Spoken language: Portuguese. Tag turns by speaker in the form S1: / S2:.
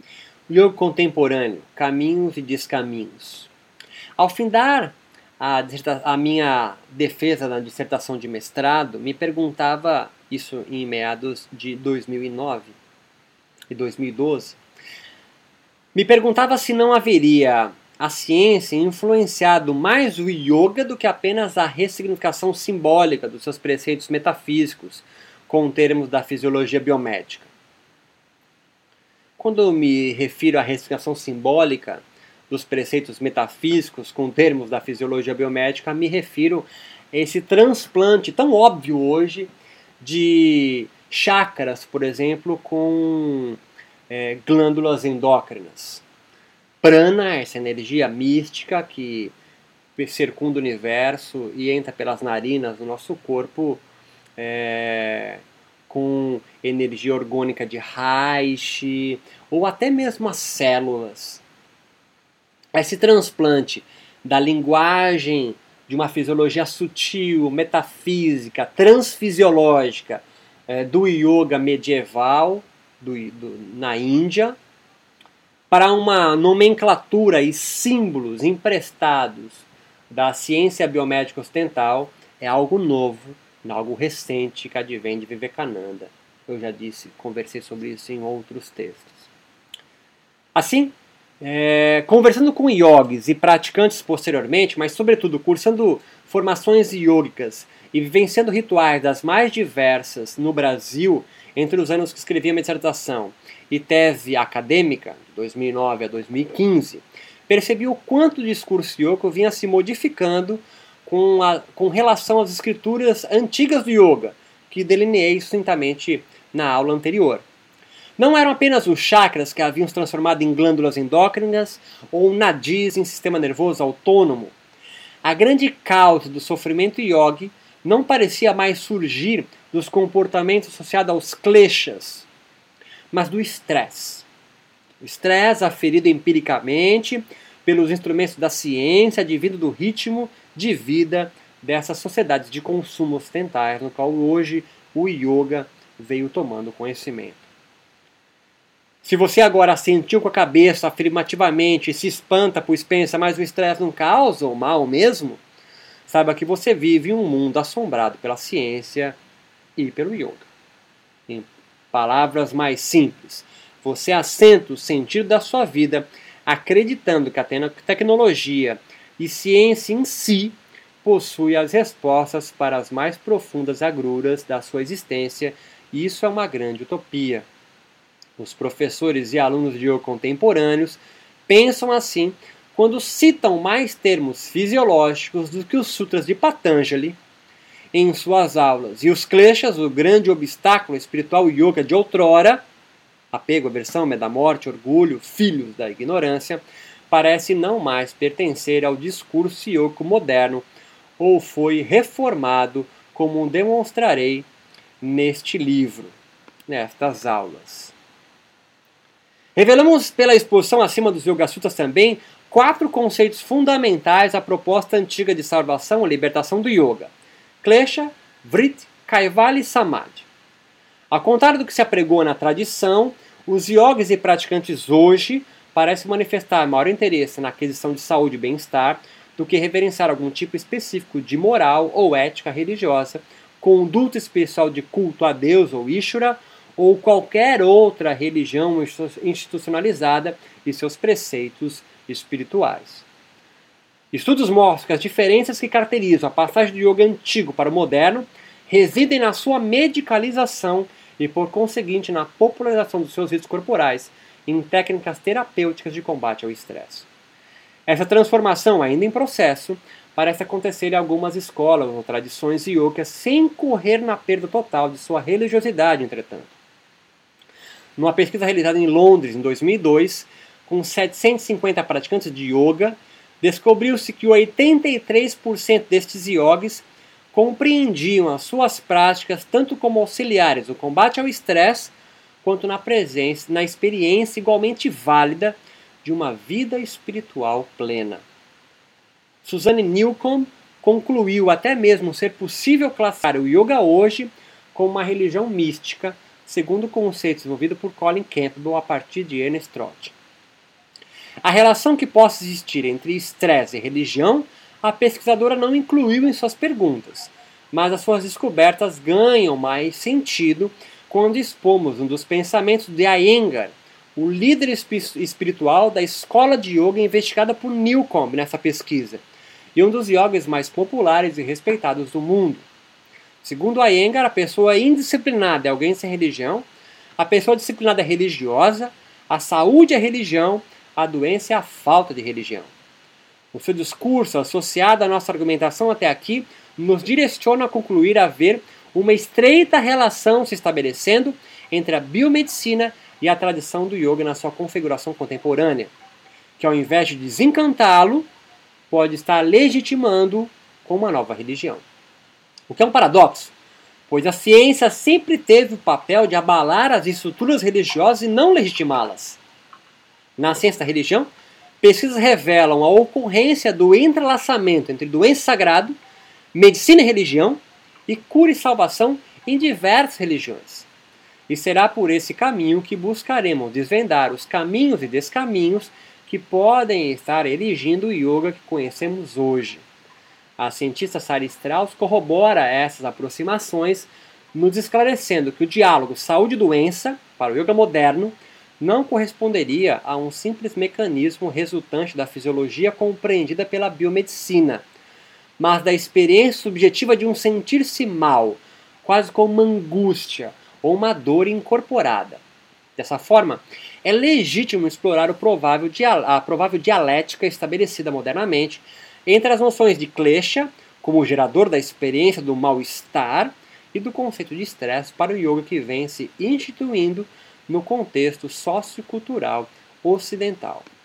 S1: Yoga contemporâneo, caminhos e descaminhos. Ao findar a minha defesa na dissertação de mestrado, me perguntava, isso em meados de 2009 e 2012, me perguntava se não haveria a ciência influenciado mais o yoga do que apenas a ressignificação simbólica dos seus preceitos metafísicos, com termos da fisiologia biomédica. Quando eu me refiro à ressignificação simbólica dos preceitos metafísicos com termos da fisiologia biomédica, me refiro a esse transplante tão óbvio hoje de chakras, por exemplo, com glândulas endócrinas. Prana, essa energia mística que circunda o universo e entra pelas narinas do nosso corpo, com energia orgânica de Reich, ou até mesmo as células. Esse transplante da linguagem de uma fisiologia sutil, metafísica, transfisiológica do yoga medieval na Índia, para uma nomenclatura e símbolos emprestados da ciência biomédica ocidental, é algo novo, algo recente que advém de Vivekananda. Eu já conversei sobre isso em outros textos. Assim, conversando com yogis e praticantes posteriormente, mas sobretudo cursando formações yogicas e vivenciando rituais das mais diversas no Brasil, entre os anos que escrevi a minha dissertação e tese acadêmica, de 2009 a 2015, percebi o quanto o discurso yoga vinha se modificando com relação às escrituras antigas do yoga, que delineei sucintamente na aula anterior. Não eram apenas os chakras que haviam se transformado em glândulas endócrinas ou nadis em sistema nervoso autônomo. A grande causa do sofrimento yogi não parecia mais surgir dos comportamentos associados aos kleshas, mas do estresse. O estresse aferido empiricamente pelos instrumentos da ciência devido do ritmo de vida dessas sociedades de consumo ocidentais, no qual hoje o yoga veio tomando conhecimento. Se você agora assentiu com a cabeça afirmativamente e se espanta, pois pensa, mas o estresse não causa o mal mesmo, saiba que você vive em um mundo assombrado pela ciência e pelo yoga. Em palavras mais simples, você assenta o sentido da sua vida acreditando que a tecnologia e ciência em si possui as respostas para as mais profundas agruras da sua existência, e isso é uma grande utopia. Os professores e alunos de yoga contemporâneos pensam assim quando citam mais termos fisiológicos do que os sutras de Patanjali em suas aulas. E os kleshas, o grande obstáculo espiritual yoga de outrora, apego, aversão, medo da morte, orgulho, filhos da ignorância, parece não mais pertencer ao discurso yoga moderno ou foi reformado, como demonstrarei neste livro, nestas aulas. Revelamos pela exposição acima dos Yoga Sutras também 4 conceitos fundamentais à proposta antiga de salvação ou libertação do yoga: Klesha, Vritti, Kaivalya e Samadhi. Ao contrário do que se apregou na tradição, os yogis e praticantes hoje parecem manifestar maior interesse na aquisição de saúde e bem-estar do que reverenciar algum tipo específico de moral ou ética religiosa, conduta especial de culto a Deus ou Ishvara, ou qualquer outra religião institucionalizada e seus preceitos espirituais. Estudos mostram que as diferenças que caracterizam a passagem do yoga antigo para o moderno residem na sua medicalização e, por conseguinte, na popularização dos seus ritos corporais em técnicas terapêuticas de combate ao estresse. Essa transformação, ainda em processo, parece acontecer em algumas escolas ou tradições yogas sem correr na perda total de sua religiosidade, entretanto. Numa pesquisa realizada em Londres em 2002, com 750 praticantes de yoga, descobriu-se que 83% destes yogis compreendiam as suas práticas tanto como auxiliares no combate ao estresse, quanto na experiência igualmente válida de uma vida espiritual plena. Suzanne Newcomb concluiu até mesmo ser possível classificar o yoga hoje como uma religião mística, segundo o conceito desenvolvido por Colin Campbell a partir de Ernest Trott. A relação que possa existir entre estresse e religião, a pesquisadora não incluiu em suas perguntas, mas as suas descobertas ganham mais sentido quando expomos um dos pensamentos de Iyengar, o líder espiritual da escola de yoga investigada por Newcomb nessa pesquisa, e um dos yogis mais populares e respeitados do mundo. Segundo Iyengar, a pessoa indisciplinada é alguém sem religião, a pessoa disciplinada é religiosa, a saúde é religião, a doença é a falta de religião. O seu discurso, associado à nossa argumentação até aqui, nos direciona a concluir haver uma estreita relação se estabelecendo entre a biomedicina e a tradição do yoga na sua configuração contemporânea, que ao invés de desencantá-lo, pode estar legitimando com uma nova religião. O que é um paradoxo, pois a ciência sempre teve o papel de abalar as estruturas religiosas e não legitimá-las. Na ciência da religião, pesquisas revelam a ocorrência do entrelaçamento entre doença e sagrado, medicina e religião, e cura e salvação em diversas religiões. E será por esse caminho que buscaremos desvendar os caminhos e descaminhos que podem estar erigindo o yoga que conhecemos hoje. A cientista Sara Strauss corrobora essas aproximações, nos esclarecendo que o diálogo saúde-doença, para o yoga moderno, não corresponderia a um simples mecanismo resultante da fisiologia compreendida pela biomedicina, mas da experiência subjetiva de um sentir-se mal, quase como uma angústia ou uma dor incorporada. Dessa forma, é legítimo explorar a provável dialética estabelecida modernamente entre as noções de klesha, como o gerador da experiência do mal-estar, e do conceito de estresse para o yoga que vem se instituindo no contexto sociocultural ocidental.